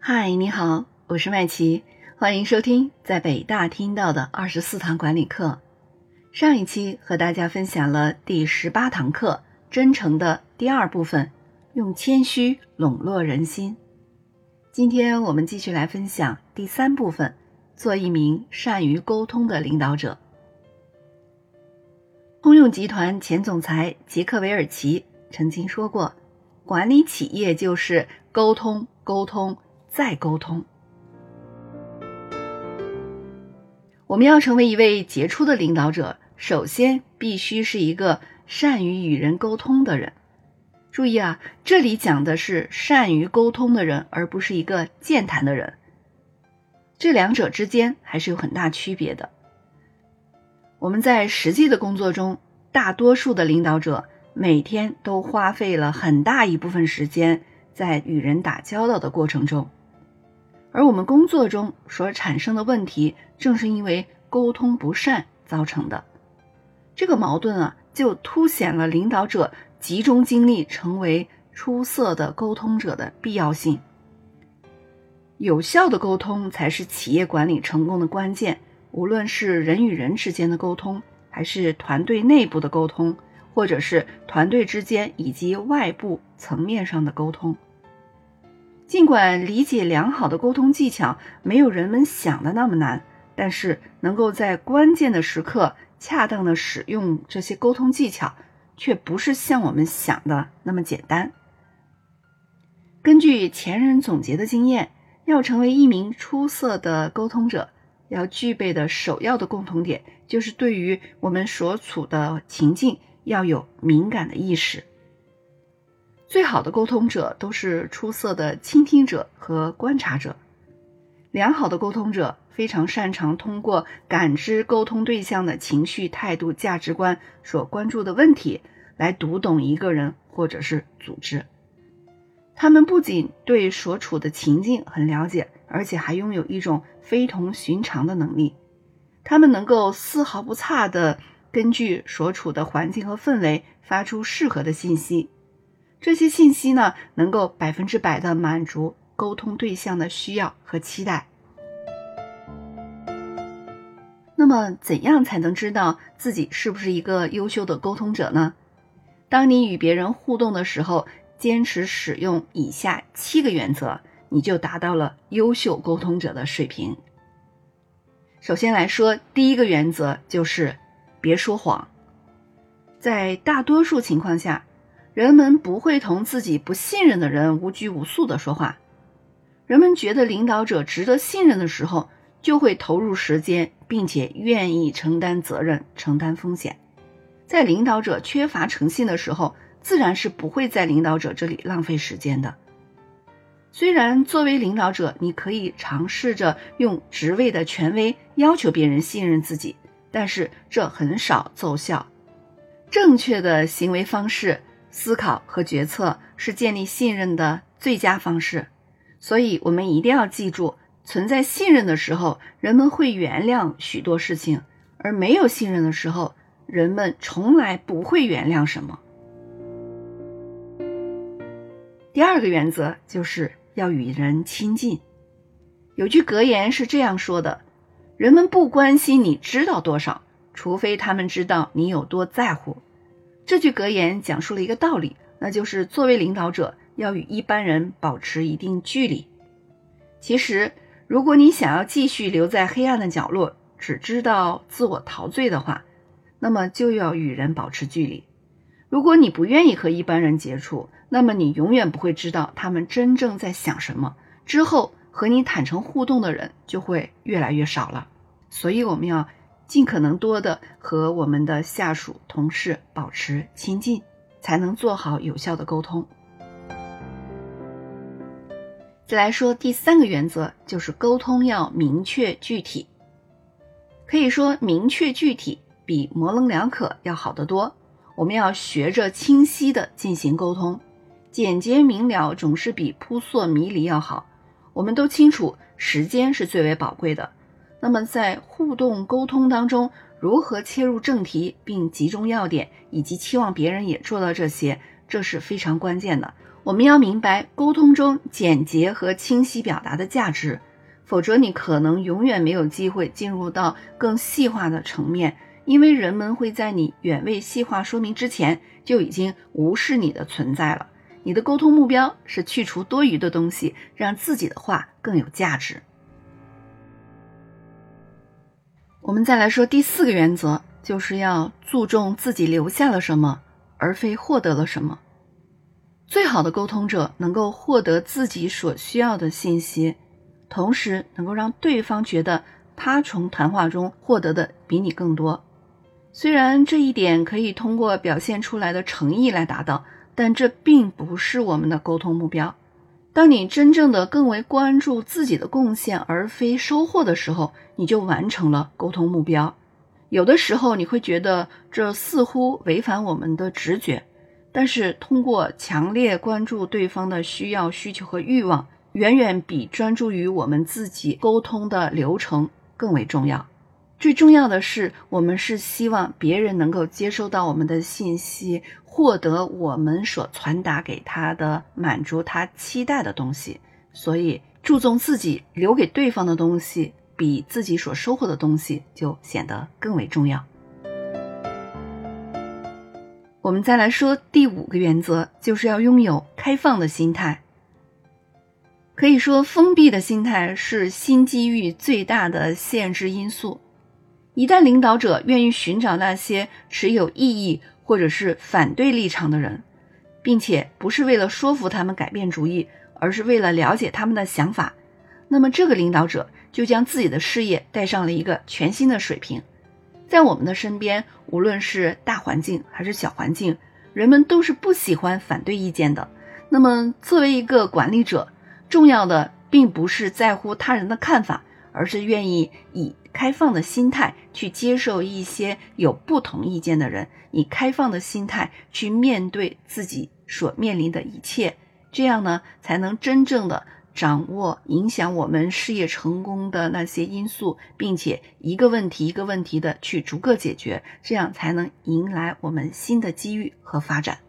嗨，你好，我是麦琪，欢迎收听在北大听到的24堂管理课。上一期和大家分享了第18堂课真诚的第二部分，用谦虚笼络人心。今天我们继续来分享第3部分，做一名善于沟通的领导者。通用集团前总裁杰克韦尔奇曾经说过，管理企业就是沟通再沟通。我们要成为一位杰出的领导者，首先必须是一个善于与人沟通的人。注意啊，这里讲的是善于沟通的人，而不是一个健谈的人。这两者之间还是有很大区别的。我们在实际的工作中，大多数的领导者每天都花费了很大一部分时间在与人打交道的过程中。而我们工作中所产生的问题，正是因为沟通不善造成的。这个矛盾啊，就凸显了领导者集中精力成为出色的沟通者的必要性。有效的沟通才是企业管理成功的关键，无论是人与人之间的沟通，还是团队内部的沟通，或者是团队之间以及外部层面上的沟通。尽管理解良好的沟通技巧没有人们想的那么难，但是能够在关键的时刻恰当的使用这些沟通技巧，却不是像我们想的那么简单。根据前人总结的经验，要成为一名出色的沟通者，要具备的首要的共同点，就是对于我们所处的情境要有敏感的意识。最好的沟通者都是出色的倾听者和观察者。良好的沟通者非常擅长通过感知沟通对象的情绪、态度、价值观所关注的问题，来读懂一个人或者是组织。他们不仅对所处的情境很了解，而且还拥有一种非同寻常的能力。他们能够丝毫不差地根据所处的环境和氛围发出适合的信息。这些信息呢，能够100%地满足沟通对象的需要和期待。那么怎样才能知道自己是不是一个优秀的沟通者呢？当你与别人互动的时候，坚持使用以下7个原则，你就达到了优秀沟通者的水平。首先来说，第一个原则就是别说谎。在大多数情况下，人们不会同自己不信任的人无拘无束地说话。人们觉得领导者值得信任的时候，就会投入时间，并且愿意承担责任、承担风险。在领导者缺乏诚信的时候，自然是不会在领导者这里浪费时间的。虽然作为领导者，你可以尝试着用职位的权威要求别人信任自己，但是这很少奏效。正确的行为方式、思考和决策是建立信任的最佳方式。所以我们一定要记住，存在信任的时候，人们会原谅许多事情，而没有信任的时候，人们从来不会原谅什么。第二个原则就是要与人亲近。有句格言是这样说的：人们不关心你知道多少，除非他们知道你有多在乎。这句格言讲述了一个道理，那就是作为领导者要与一般人保持一定距离。其实如果你想要继续留在黑暗的角落，只知道自我陶醉的话，那么就要与人保持距离。如果你不愿意和一般人接触，那么你永远不会知道他们真正在想什么，之后和你坦诚互动的人就会越来越少了。所以我们要尽可能多的和我们的下属、同事保持亲近，才能做好有效的沟通。再来说第3个原则，就是沟通要明确具体。可以说明确具体比模棱两可要好得多。我们要学着清晰地进行沟通，简洁明了总是比扑朔迷离要好。我们都清楚时间是最为宝贵的，那么在互动沟通当中，如何切入正题并集中要点，以及期望别人也做到这些，这是非常关键的。 我们要明白沟通中简洁和清晰表达的价值，否则你可能永远没有机会进入到更细化的层面，因为人们会在你远未细化说明之前就已经无视你的存在了。你的沟通目标是去除多余的东西，让自己的话更有价值。我们再来说第4个原则，就是要注重自己留下了什么，而非获得了什么。最好的沟通者能够获得自己所需要的信息，同时能够让对方觉得他从谈话中获得的比你更多。虽然这一点可以通过表现出来的诚意来达到，但这并不是我们的沟通目标。当你真正的更为关注自己的贡献而非收获的时候，你就完成了沟通目标。有的时候你会觉得这似乎违反我们的直觉，但是通过强烈关注对方的需要、需求和欲望，远远比专注于我们自己沟通的流程更为重要。最重要的是，我们是希望别人能够接收到我们的信息，获得我们所传达给他的满足他期待的东西。所以注重自己留给对方的东西，比自己所收获的东西就显得更为重要。我们再来说第5个原则，就是要拥有开放的心态。可以说，封闭的心态是新机遇最大的限制因素。一旦领导者愿意寻找那些持有异议或者是反对立场的人，并且不是为了说服他们改变主意，而是为了了解他们的想法，那么这个领导者就将自己的事业带上了一个全新的水平。在我们的身边，无论是大环境还是小环境，人们都是不喜欢反对意见的。那么作为一个管理者，重要的并不是在乎他人的看法，而是愿意以开放的心态去接受一些有不同意见的人，以开放的心态去面对自己所面临的一切，这样呢，才能真正的掌握影响我们事业成功的那些因素，并且一个问题一个问题的去逐个解决，这样才能迎来我们新的机遇和发展。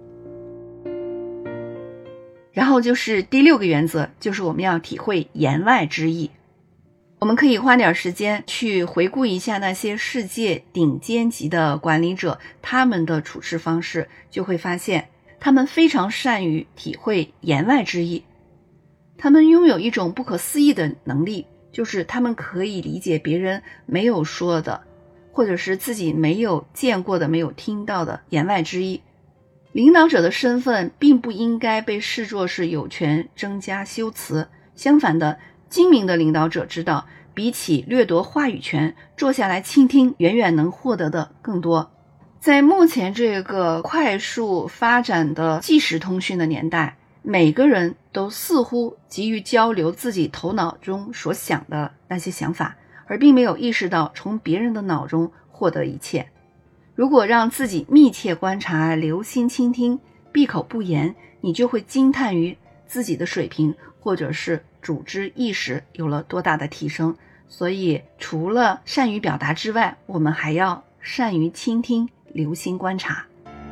然后就是第6个原则，就是我们要体会言外之意。我们可以花点时间去回顾一下那些世界顶尖级的管理者，他们的处事方式，就会发现他们非常善于体会言外之意。他们拥有一种不可思议的能力，就是他们可以理解别人没有说的，或者是自己没有见过的、没有听到的言外之意。领导者的身份并不应该被视作是有权增加修辞，相反的，精明的领导者知道，比起掠夺话语权，坐下来倾听远远能获得的更多。在目前这个快速发展的即时通讯的年代，每个人都似乎急于交流自己头脑中所想的那些想法，而并没有意识到从别人的脑中获得一切。如果让自己密切观察、留心倾听、闭口不言，你就会惊叹于自己的水平或者是组织意识有了多大的提升。所以除了善于表达之外，我们还要善于倾听，留心观察。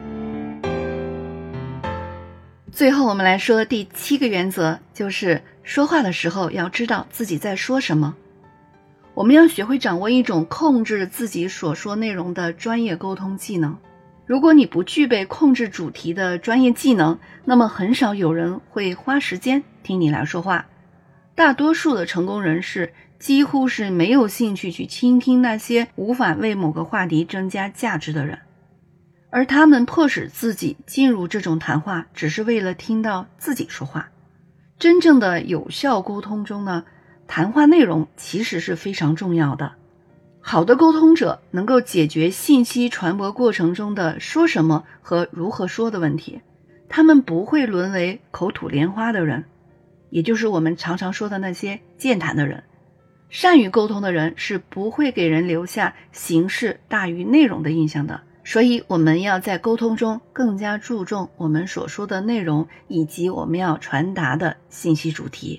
最后我们来说第7个原则，就是说话的时候要知道自己在说什么。我们要学会掌握一种控制自己所说内容的专业沟通技能。如果你不具备控制主题的专业技能，那么很少有人会花时间听你来说话。大多数的成功人士几乎是没有兴趣去倾听那些无法为某个话题增加价值的人，而他们迫使自己进入这种谈话，只是为了听到自己说话。真正的有效沟通中呢，谈话内容其实是非常重要的。好的沟通者能够解决信息传播过程中的说什么和如何说的问题，他们不会沦为口吐莲花的人，也就是我们常常说的那些健谈的人。善于沟通的人是不会给人留下形式大于内容的印象的，所以我们要在沟通中更加注重我们所说的内容以及我们要传达的信息主题。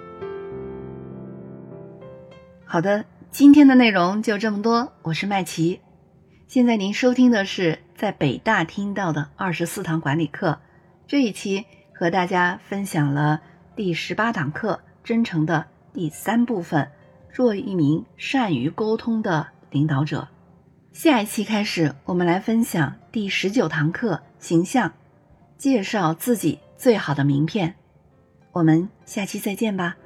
好的，今天的内容就这么多，我是麦琪。现在您收听的是在北大听到的24堂管理课，这一期和大家分享了第18堂课真诚的第3部分，做一名善于沟通的领导者。下一期开始，我们来分享第19堂课形象，介绍自己最好的名片。我们下期再见吧。